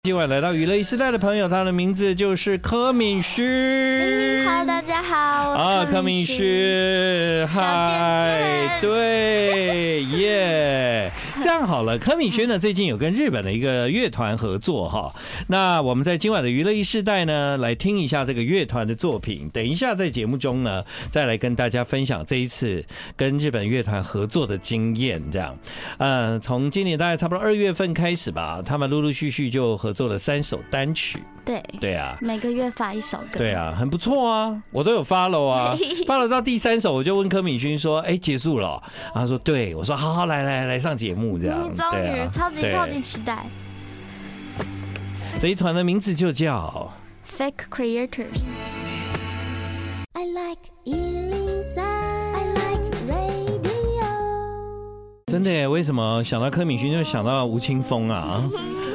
今晚来到娱乐一时代的朋友，他的名字就是柯敏勋。 Hello， 大家好，我是柯敏勋，嗨，对，耶。这样好了，柯敏勋呢最近有跟日本的一个乐团合作哈。那我们在今晚的娱乐一时代呢，来听一下这个乐团的作品。等一下在节目中呢，再来跟大家分享这一次跟日本乐团合作的经验。这样，从今年大概差不多2月份开始吧，他们陆陆续续就合作了3首单曲。对啊， 每个月发1首歌。 对啊，很不错啊，我都有 follow 啊，follow 到第3首我就问柯敏勋说，结束了哦，然后他说对，我说好，来上节目这样， 终于超级期待。 这一团的名字就叫 Fake Creators。I like 103， I like radio。 真的耶，为什么想到柯敏勋就想到吴青峰啊？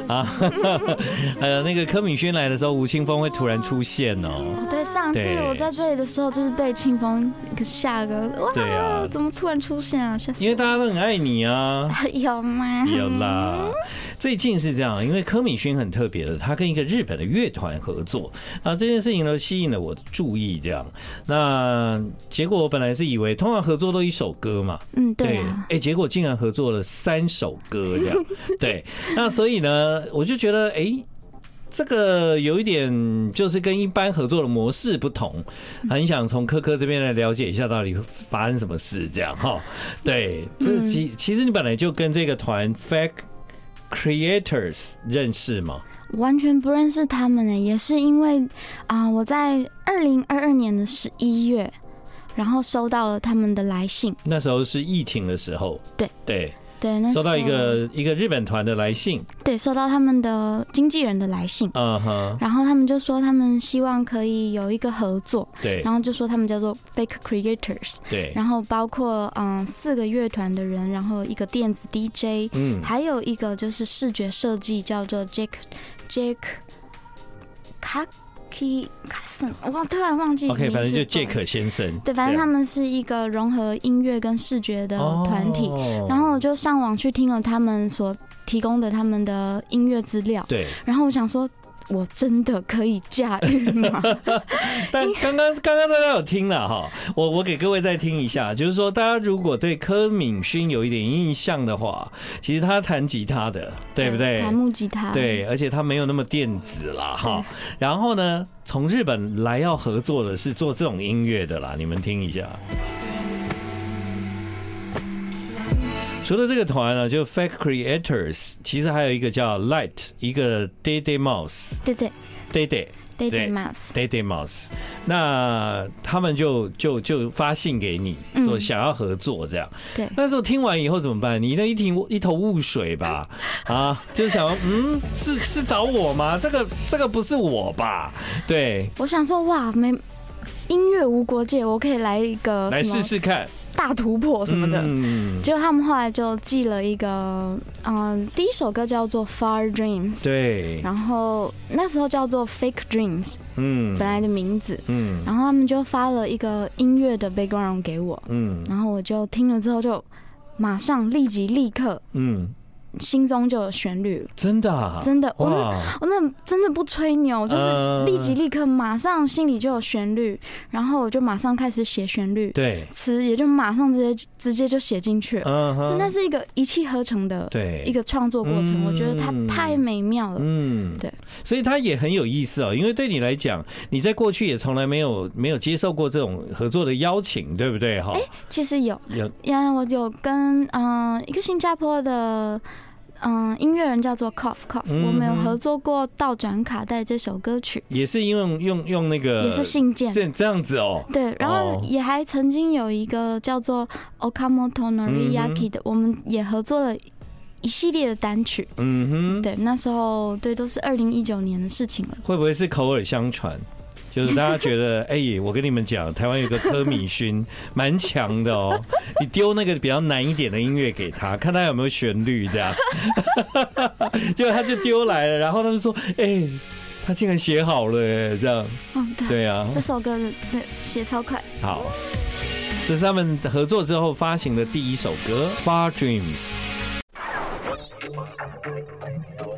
那个柯敏勋来的时候，吴青峰会突然出现哦。 对，上次我在这里的时候，就是被青峰吓个，哇， 对啊， 怎么突然出现啊？ 因为大家都很爱你啊。 有吗？ 有啦。最近是这样，因为柯敏勋很特别的，他跟一个日本的乐团合作，这件事情呢吸引了我的注意，这样。那结果我本来是以为通常合作都1首歌嘛， 对啊， 结果竟然合作了3首歌这样，对，那所以呢，我就觉得这个有一点就是跟一般合作的模式不同，很想从柯这边来了解一下到底发生什么事这样哈。对，其实你本来就跟这个团 Fake Creators 认识吗？ 完全不认识他们呢，也是因为我在2022年的11月，然后收到了他们的来信。那时候是疫情的时候，对， 那收到一个日本团的来信， 对，收到他们的经纪人的来信，然后他们就说他们希望可以有一个合作， 对， 然后就说他们叫做 Fake Creators， 对， 然后包括4个乐团的人，然后一个电子 DJ，还有一个就是视觉设计叫做 Jake我突然忘记。 OK， 反正就Jake先生。 对，反正他们是一个融合音乐跟视觉的团体。然后我就上网去听了他们所提供的他们的音乐资料。 对。 然后我想说，我真的可以驾驭吗？ 但刚刚大家有听了哈，我给各位再听一下，就是说大家如果对柯敏勋有一点印象的话，其实他弹吉他的，对不对？ 弹木吉他， 对，而且他没有那么电子啦哈。然后呢，从日本来要合作的是做这种音乐的啦，你们听一下。除了这个团呢，就 Fake Creators， 其实还有一个叫 Light， 一个 Day Mouse， Day Mouse， 那他们就发信给你，说想要合作这样。 对， 那时候听完以后怎么办？你那一头雾水吧？就想是找我吗？这个不是我吧？对， 我想说哇，音乐无国界，我可以来一个来试试看。 大突破什么的，结果他们后来就寄了一个，第1首歌叫做 Far Dreams， 对， 然后那时候叫做 Fake Dreams， 本来的名字，然后他们就发了一个音乐的 background 给我，然后我就听了之后就马上立刻，心中就有旋律了。真的啊？真的，我那真的不吹牛，就是立刻马上心里就有旋律，然后我就马上开始写旋律，对，词也就马上直接就写进去了，所以那是一个一气呵成的一个创作过程，我觉得它太美妙了，对， 所以它也很有意思哦，因为对你来讲，你在过去也从来没有接受过这种合作的邀请，对不对？ 其实有，我有跟一个新加坡的。音乐人叫做 Cough， 我们有合作过《倒转卡带》这首歌曲， 也是用那个， 也是信件这样子哦。 对，然后也还曾经有一个叫做 Okamoto Noriyaki 的，我们也合作了一系列的单曲。对，那时候都是2019年的事情了。 会不会是口耳相传？就是大家觉得，我跟你们讲，台湾有个柯敏勋蛮强的哦，你丢那个比较难一点的音乐给他，看他有没有旋律这样，结果他就丢来了，然后他就说，他竟然写好了这样，对啊， 这首歌写超快。 好，这是他们合作之后发行的第1首歌《Far Dreams》。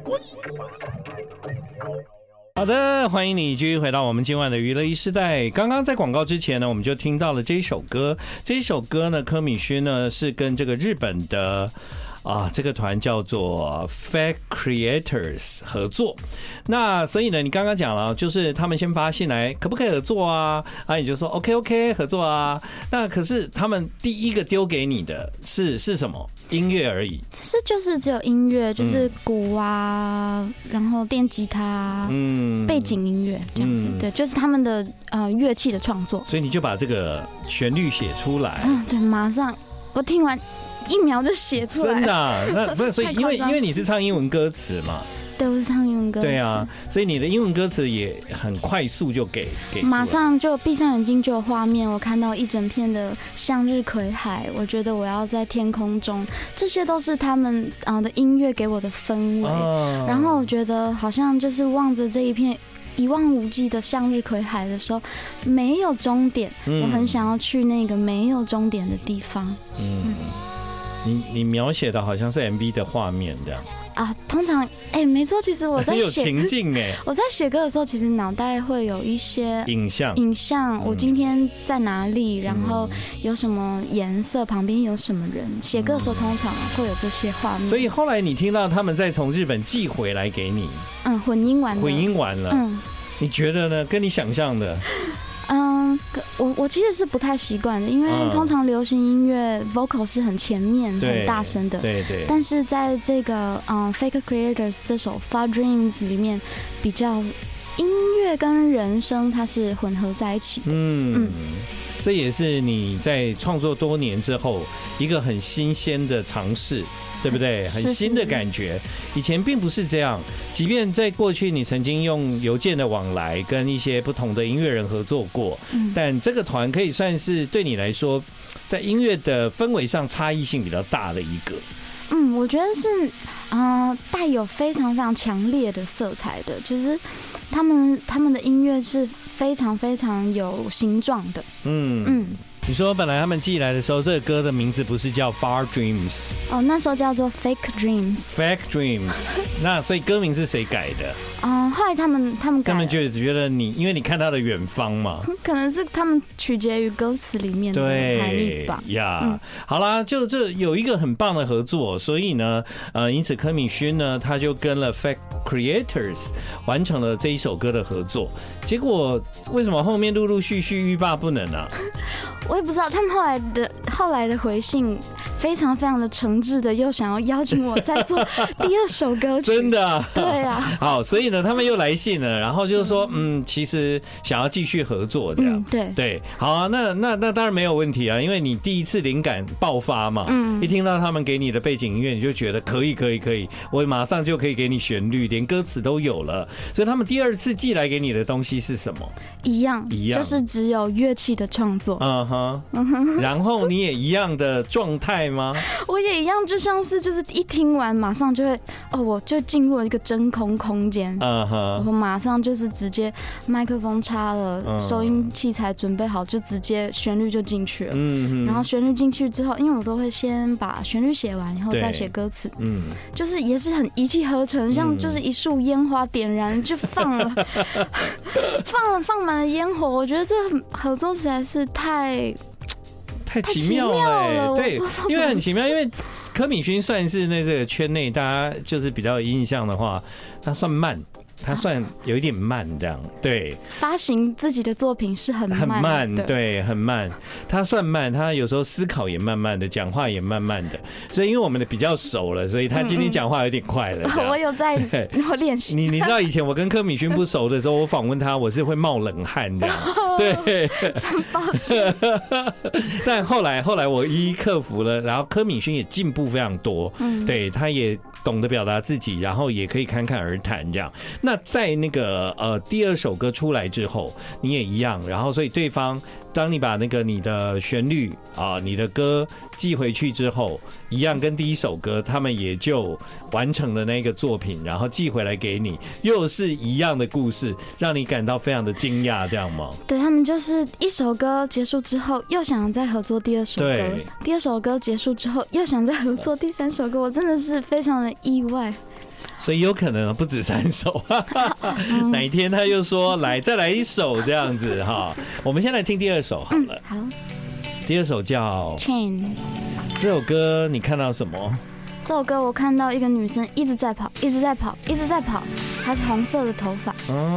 好的，欢迎你继续回到我们今晚的娱乐一时代。刚刚在广告之前呢，我们就听到了这一首歌。这一首歌呢，柯敏勋呢是跟这个日本的这个团叫做 Fake Creators 合作。那所以呢，你刚刚讲了，就是他们先发信来，可不可以合作啊？你就说 OK 合作啊。那可是他们第一个丢给你的是什么？音乐而已， 就是只有音乐，就是鼓啊，然后电吉他，背景音乐这样子，对，就是他们的乐器的创作。 所以你就把这个旋律写出来， 对，马上我听完1秒就写出来， 真的那所以因为你是唱英文歌词嘛。 对，我是唱英文歌词。 对啊，所以你的英文歌词也很快速就给马上就闭上眼睛就有画面，我看到一整片的向日葵海，我觉得我要在天空中，这些都是他们的音乐给我的氛围。然后我觉得好像就是望着这一片一望无际的向日葵海的时候，没有终点，我很想要去那个没有终点的地方。 你描写的好像是 MV 的画面这样。 通常没错，其实我在有情境我在写歌的时候，其实脑袋会有一些影像， 我今天在哪里，然后有什么颜色，旁边有什么人。写歌的时候通常会有这些画面。所以后来你听到他们再从日本寄回来给你， 混音完了， 你觉得呢？跟你想象的？ 我其实是不太习惯的，因为通常流行音乐 vocal 是很前面、很大声的， 对。 但是在这个Fake Creators 这首 Far Dreams 里面，比较音乐跟人声它是混合在一起的。 这也是你在创作多年之后一个很新鲜的尝试。对不对？很新的感觉，以前并不是这样。即便在过去，你曾经用邮件的往来跟一些不同的音乐人合作过，但这个团可以算是对你来说，在音乐的氛围上差异性比较大的一个。 我觉得是带有非常非常强烈的色彩的，就是他们的音乐是非常非常有形状的。你说本来他们寄来的时候，这个歌的名字不是叫 Far Dreams， 那时候叫做 Fake Dreams。Fake Dreams， 那所以歌名是谁改的？ 后来他们改了， 他们就觉得因为你看到的远方嘛， 可能是他们取决于歌词里面的含义吧。 好啦，就这有一个很棒的合作，所以呢，因此柯敏勋呢，他就跟了 Fake Creators 完成了这一首歌的合作。结果为什么后面陆陆续续欲罢不能啊？ 我也不知道，他们后来的回信非常非常的诚挚的，又想要邀请我再做第二首歌曲。 真的？ 对啊。 好，所以呢，他们又来信了，然后就是说，其实想要继续合作这样。对。好啊，那当然没有问题啊，因为你第一次灵感爆发嘛，一听到他们给你的背景音乐，你就觉得可以，我马上就可以给你旋律，连歌词都有了。所以他们第二次寄来给你的东西是什么？一样， 就是只有乐器的创作。 然后你也一样的状态吗？ 我也一样，就像是就是一听完马上就会我就进入了一个真空空间。我马上就是直接麦克风插了，收音器材准备好，就直接旋律就进去了。然后旋律进去之后，因为我都会先把旋律写完，然后再写歌词。就是也是很一气呵成，像就是一束烟花点燃就放了，放满了烟火。我觉得这合作实在是太奇妙了，对，因为很奇妙，因为柯敏勋算是那这个圈内大家就是比较有印象的话，他算慢。他算有一点慢，这样对。 发行自己的作品是很慢的， 对，很慢。他算慢，他有时候思考也慢慢的，讲话也慢慢的。所以因为我们的比较熟了，所以他今天讲话有点快了。 我有在练习。 你知道以前我跟柯敏勋不熟的时候，我访问他，我是会冒冷汗这样。对， 真抱歉。 但后来我一一克服了，然后柯敏勋也进步非常多。对，他也懂得表达自己，然后也可以侃侃而谈这样。那在那个第二首歌出来之后，你也一样，然后所以对方当你把那个你的旋律你的歌寄回去之后，一样跟第一首歌，他们也就完成了那个作品，然后寄回来给你，又是一样的故事，让你感到非常的惊讶，这样吗？ 对，他们就是一首歌结束之后，又想再合作第二首歌，第二首歌结束之后，又想再合作第三首歌，我真的是非常的意外。 所以有可能不止3首，哪一天他又说来再来一首这样子哈。我们先来听第2首好了。 好， 第2首叫 Chain。 这首歌你看到什么？ 这首歌我看到一个女生一直在跑，一直在跑，一直在跑，她是红色的头发。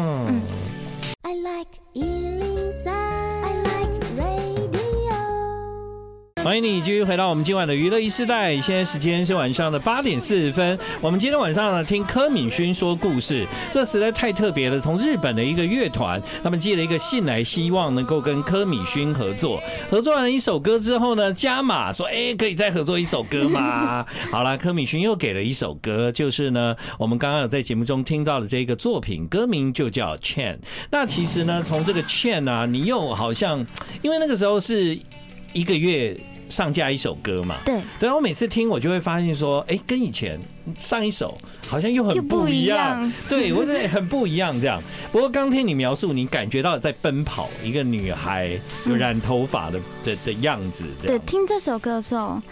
I like 103, I like radio。 欢迎你继续回到我们今晚的娱乐1世代，现在时间是晚上的8点40分。我们今天晚上呢听柯敏勋说故事，这实在太特别了。从日本的一个乐团，他们寄了一个信来，希望能够跟柯敏勋合作。合作完了一首歌之后呢，加码说，可以再合作一首歌吗？好了，柯敏勋又给了一首歌，就是呢我们刚刚有在节目中听到的这个作品，歌名就叫 Chain。那其实呢，从这个 Chain 啊，你又好像因为那个时候是1个月上架一首歌嘛，对，我每次听我就会发现说，跟以前上一首好像又很不一样，对，我觉得很不一样这样。不过刚听你描述，你感觉到在奔跑，一个女孩有染头发的样子， 对，听这首歌的时候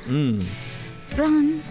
，Run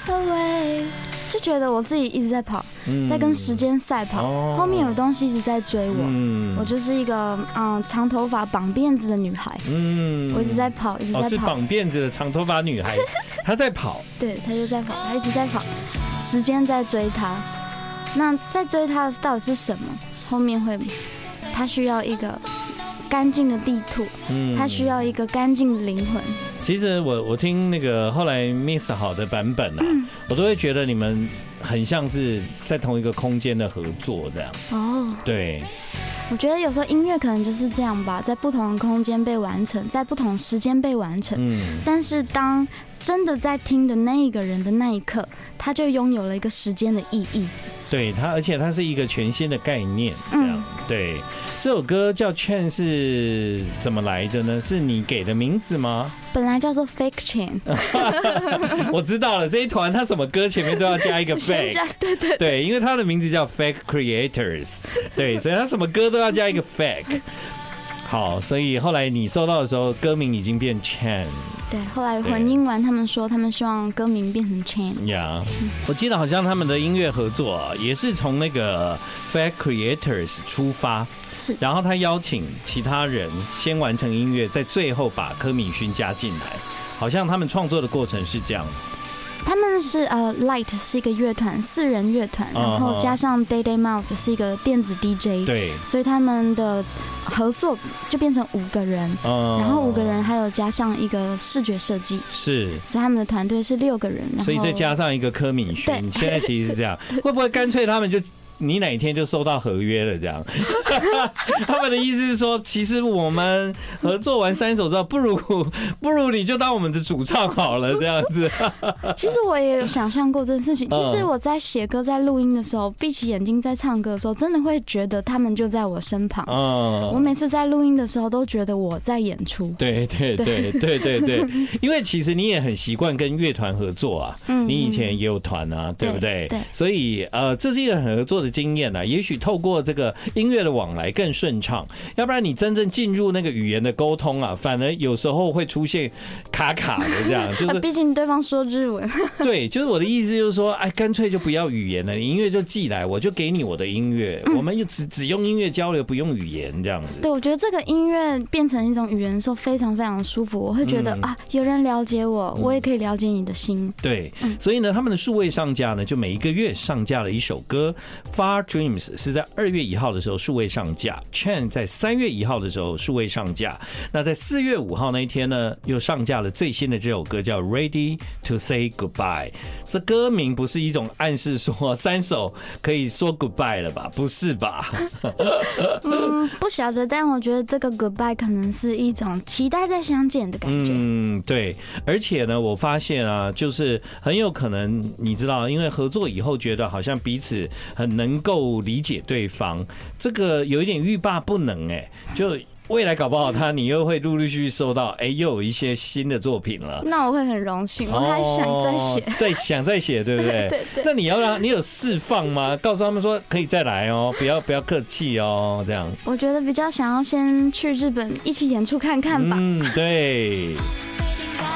away。就觉得我自己一直在跑，在跟时间赛跑，后面有东西一直在追我。我就是一个长头发绑辫子的女孩，我一直在跑，一直在跑。 是绑辫子的长头发女孩，她在跑。 对，她就在跑，她一直在跑，时间在追她。那在追她的到底是什么？后面会，她需要一个干净的地图，她需要一个干净的灵魂。 其实我听那个后来 mix 好的版本啊，我都会觉得你们很像是在同一个空间的合作这样。对。 我觉得有时候音乐可能就是这样吧，在不同的空间被完成，在不同时间被完成。但是当真的在听的那一个人的那一刻，他就拥有了一个时间的意义。 对它，而且它是一个全新的概念。这样，对。这首歌叫 Chain 是怎么来的呢？是你给的名字吗？ 本来叫做 Fake Chain。 我知道了，这一团他什么歌前面都要加一个 fake。对，因为他的名字叫 Fake Creators。对，所以他什么歌都要加一个 fake。好，所以后来你收到的时候，歌名已经变 Chain。 对，后来混音完，他们说他们希望歌名变成 Chain。 我记得好像他们的音乐合作也是从那个 Fake Creators 出发， 是， 然后他邀请其他人先完成音乐，在最后把柯敏勋加进来，好像他们创作的过程是这样子。 他们是Light 是一个乐团，4人乐团，然后加上 Day Day Mouse 是一个电子 DJ， 对， 所以他们的合作就变成5个人，然后5个人还有加上一个视觉设计， 是， 所以他们的团队是6个人， 所以再加上一个柯敏勋，现在其实是这样，会不会干脆他们就？你哪一天就收到合约了？这样，他们的意思是说，其实我们合作完3首之后，不如你就当我们的主唱好了，这样子。 其实我也有想象过这件事情。其实我在写歌、在录音的时候，闭起眼睛在唱歌的时候，真的会觉得他们就在我身旁。我每次在录音的时候，都觉得我在演出。 对，因为其实你也很习惯跟乐团合作啊，你以前也有团啊，对不对？对，所以这是一个很合作的经验啊，也许透过这个音乐的往来更顺畅，要不然你真正进入那个语言的沟通啊，反而有时候会出现卡卡的这样，就是毕竟对方说日文。 对，就是我的意思就是说，干脆就不要语言了，你音乐就寄来，我就给你我的音乐，我们就只用音乐交流，不用语言这样子。 对，我觉得这个音乐变成一种语言的时候，非常非常舒服，我会觉得有人了解我，我也可以了解你的心。 对，所以呢，他们的数位上架呢，就每一个月上架了一首歌。Far Dreams 是在2月1号的时候数位上架 ，Chain 在3月1号的时候数位上架。那在4月5号那一天呢，又上架了最新的这首歌，叫 Ready to Say Goodbye。这歌名不是一种暗示说3首可以说 Goodbye 了吧？不是吧？ 不晓得，但我觉得这个 Goodbye 可能是一种期待再相见的感觉。 对。而且呢，我发现啊，就是很有可能，你知道，因为合作以后觉得好像彼此很能够理解对方，这个有一点欲罢不能就未来搞不好你又会陆陆续续收到又有一些新的作品了。 那我会很荣幸，我还想再写， 再写，对不对？对。那你有释放吗？告诉他们说可以再来哦，不要客气哦，这样。 我觉得比较想要先去日本一起演出看看吧。 对。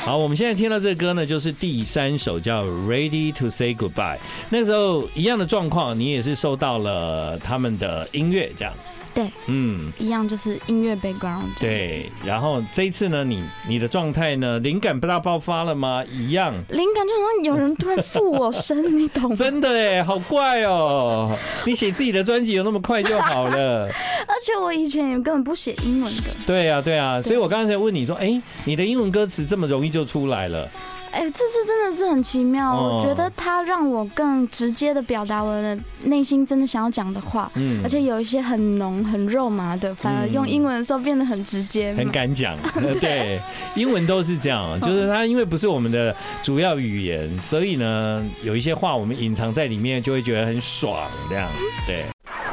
好，我们现在听到这个歌呢，就是第3首叫《Ready to Say Goodbye》。那个时候一样的状况，你也是受到了他们的音乐这样。 对，一样就是音乐 background。 对，然后这一次呢，你的状态呢，灵感不大爆发了吗？一样， 灵感就好像有人突然附我身，你懂吗？ 真的哎，好怪哦！你写自己的专辑有那么快就好了？ 而且我以前也根本不写英文的。 对啊，对啊，所以我刚才问你说，你的英文歌词这么容易就出来了？ 这次真的是很奇妙，我觉得它让我更直接的表达我的内心真的想要讲的话，而且有一些很浓很肉麻的，反而用英文的时候变得很直接， 很敢讲。对，英文都是这样，就是它因为不是我们的主要语言，所以呢，有一些话我们隐藏在里面，就会觉得很爽这样。对。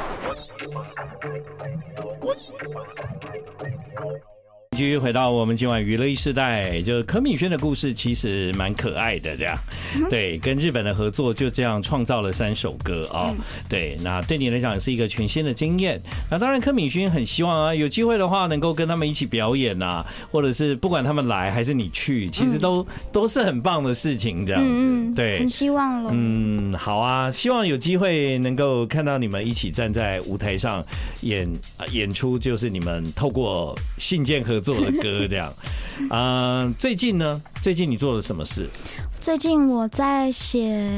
继续回到我们今晚娱乐一世代，就是柯敏轩的故事其实蛮可爱的，这样，对，跟日本的合作就这样创造了3首歌啊，对，那对你来讲也是一个全新的经验。那当然，柯敏轩很希望啊，有机会的话能够跟他们一起表演啊，或者是不管他们来还是你去，其实都是很棒的事情，这样子，对， 很希望了。 好啊，希望有机会能够看到你们一起站在舞台上演出，就是你们透过信件合作的歌这样。最近呢？最近你做了什么事？ 最近我在写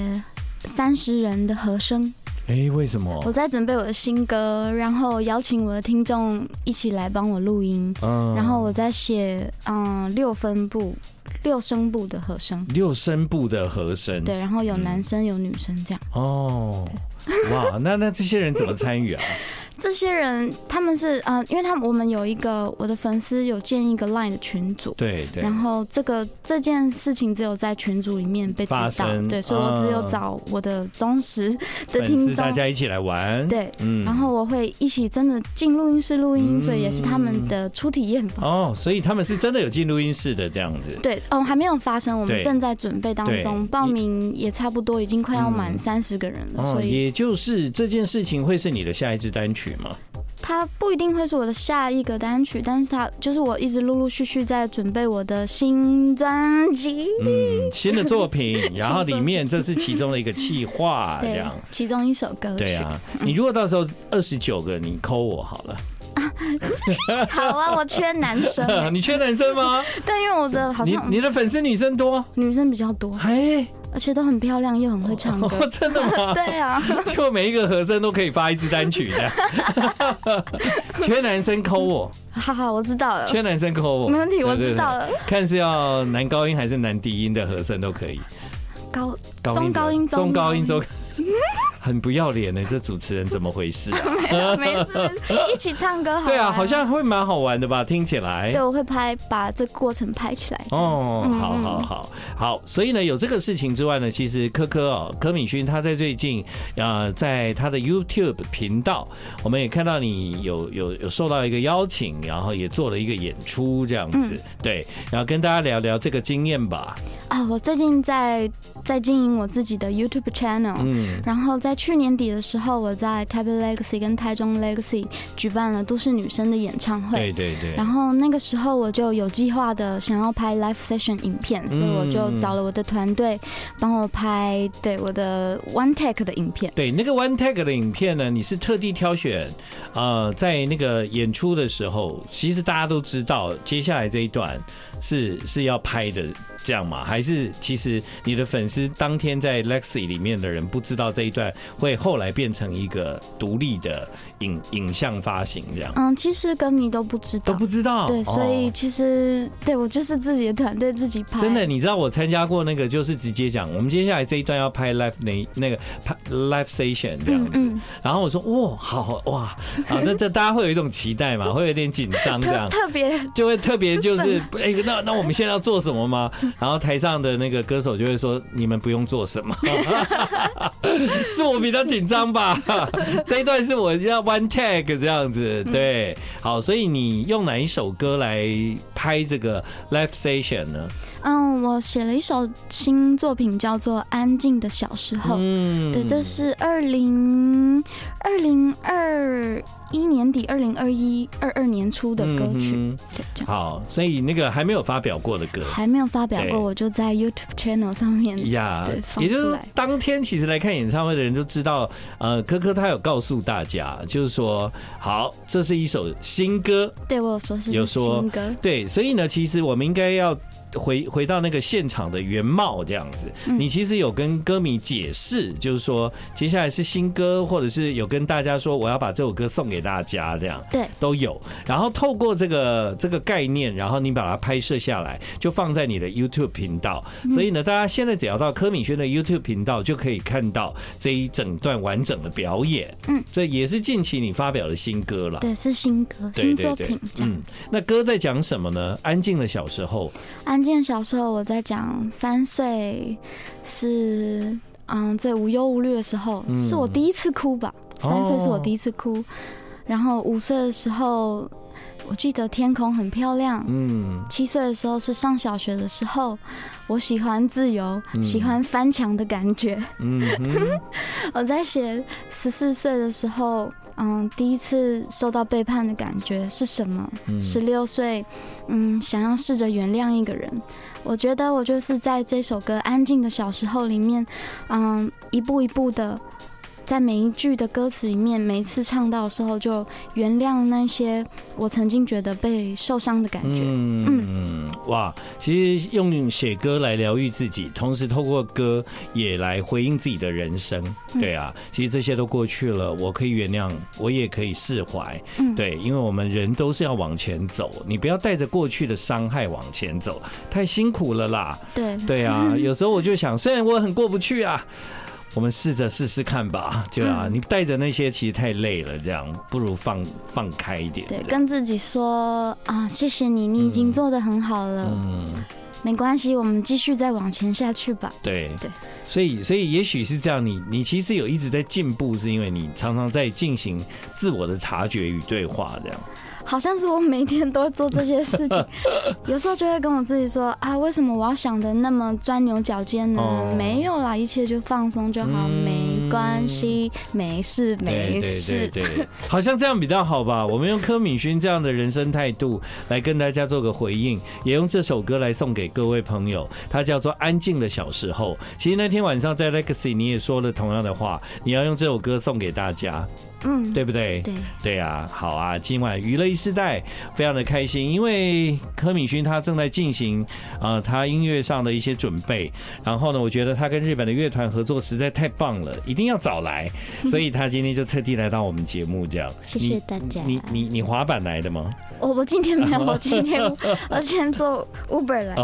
30人的和声。 为什么？ 我在准备我的新歌，然后邀请我的听众一起来帮我录音。然后我在写6声部的和声。6声部的和声。对，然后有男生有女生这样。 哇，那这些人怎么参与啊？ 这些人他们是因为我们有一个我的粉丝有建一个 LINE 的群组，对，然后这件事情只有在群组里面被知道，对，所以我只有找我的忠实的听众， 大家一起来玩， 对，然后我会一起真的进录音室录音，所以也是他们的初体验吧。所以他们是真的有进录音室的这样子。对，还没有发生，我们正在准备当中，报名也差不多已经快要满30个人了，所以也就是这件事情会是你的下一支单曲。 它不一定会是我的下一个单曲，但是它就是我一直陆陆续续在准备我的新专辑， 新的作品，然后里面这是其中的一个企划，这样， 其中一首歌曲。 对啊，你如果到时候29个，你call我好了。 好啊，我缺男生。 你缺男生吗？ 对，因为我的好像你的粉丝女生多， 女生比较多。而且都很漂亮，又很会唱歌。 真的吗？ 对啊， 就每一个和声都可以发一支单曲的。缺男生call我。 好，我知道了。 缺男生call我， 没问题，我知道了。 看是要男高音还是男低音的和声都可以。 中高音。 很不要脸的，这主持人怎么回事啊？没事，一起唱歌好。 对啊，好像会蛮好玩的吧？听起来。 对，我会把这过程拍起来。 好。所以呢，有这个事情之外呢，其实柯敏勋他在最近在他的 YouTube 频道，我们也看到你有受到一个邀请，然后也做了一个演出这样子。对，然后跟大家聊聊这个经验吧。 我最近在经营我自己的 YouTube channel，然后在去年底的时候，我在台北 Legacy 跟台中 Legacy 举办了都市女生的演唱会。对。然后那个时候我就有计划的想要拍 live session 影片，所以我就找了我的团队帮我拍我的 one take 的影片。对， 那个 one take 的影片呢，你是特地挑选在那个演出的时候，其实大家都知道接下来这一段是要拍的。这样吗？还是其实你的粉丝当天在 Lexi 里面的人不知道这一段会后来变成一个独立的影像发行这样？其实歌迷都不知道。对， 所以其实对我就是自己的团队自己拍。 真的，你知道我参加过那个，就是直接讲，我们接下来这一段要拍 那个 live station 这样子。然后我说好，那这大家会有一种期待嘛，会有点紧张这样，特别就是那我们现在要做什么吗？然后台上的那个歌手就会说：“你们不用做什么。”是我比较紧张吧？这一段是我要 one take 这样子，对，好，所以你用哪一首歌来拍这个 live station 呢？ 我写了一首新作品，叫做《安静的小时候》。对，这是2021 2021年底2022年初的歌曲。对，这样。 好，所以那个还没有发表过的歌， 还没有发表过，我就在 YouTube channel 上面也就是当天其实来看演唱会的人就知道，柯柯他有告诉大家，就是说，好，这是一首新歌。 对，我有说是新歌。 对，所以呢，其实我们应该要回到那个现场的原貌这样子。你其实有跟歌迷解释，就是说接下来是新歌，或者是有跟大家说我要把这首歌送给大家，这样对都有。然后透过这个概念，然后你把它拍摄下来，就放在你的 YouTube 频道。所以呢，大家现在只要到柯敏轩的 YouTube 频道，就可以看到这一整段完整的表演。这也是近期你发表的新歌了。 对，是新歌，新作品。 那歌在讲什么呢？安静的小时候。 安静小时候，我在讲3岁是最无忧无虑的时候，是我第一次哭吧。3岁是我第一次哭，然后5岁的时候，我记得天空很漂亮。7岁的时候是上小学的时候，我喜欢自由，喜欢翻墙的感觉。我在写14岁的时候。第一次受到背叛的感觉是什么？16岁，想要试着原谅一个人。我觉得我就是在这首歌《安静的小时候》里面，一步一步的，在每一句的歌词里面，每一次唱到的时候，就原谅那些我曾经觉得被受伤的感觉。 哇，其实用写歌来疗愈自己，同时透过歌也来回应自己的人生。对啊，其实这些都过去了，我可以原谅，我也可以释怀。对，因为我们人都是要往前走，你不要带着过去的伤害往前走，太辛苦了啦。对啊，有时候我就想，虽然我很过不去啊。我们试着试试看吧，对啊，你带着那些其实太累了，这样不如放开一点。 对，跟自己说啊，谢谢你，你已经做得很好了。没关系，我们继续再往前下去吧。 对，所以也许是这样，你其实有一直在进步，是因为你常常在进行自我的察觉与对话，这样。 好像是我每天都会做这些事情，有时候就会跟我自己说啊，为什么我要想的那么钻牛角尖呢？没有啦，一切就放松就好，没关系，没事没事。 对，好像这样比较好吧。我们用柯敏勋这样的人生态度来跟大家做个回应，也用这首歌来送给各位朋友。它叫做《安静的小时候》。其实那天晚上在 Legacy 你也说了同样的话，你要用这首歌送给大家。对不对？对啊，好啊！今晚娱乐一世代非常的开心，因为柯敏勋他正在进行他音乐上的一些准备，然后呢，我觉得他跟日本的乐团合作实在太棒了，一定要找来，所以他今天就特地来到我们节目，这样。 谢谢大家。 你滑板来的吗？ 我今天没有，我今天坐 Uber 来。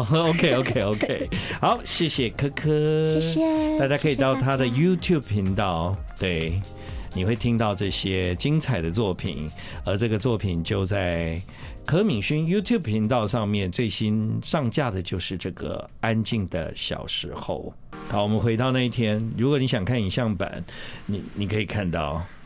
OK， 好，谢谢柯柯， 谢谢。 大家可以到他的 YouTube 频道，对。你会听到这些精彩的作品，而这个作品就在柯敏勋 YouTube 频道上面最新上架的就是这个《安静的小时候》。好，我们回到那一天，如果你想看影像版，你可以看到。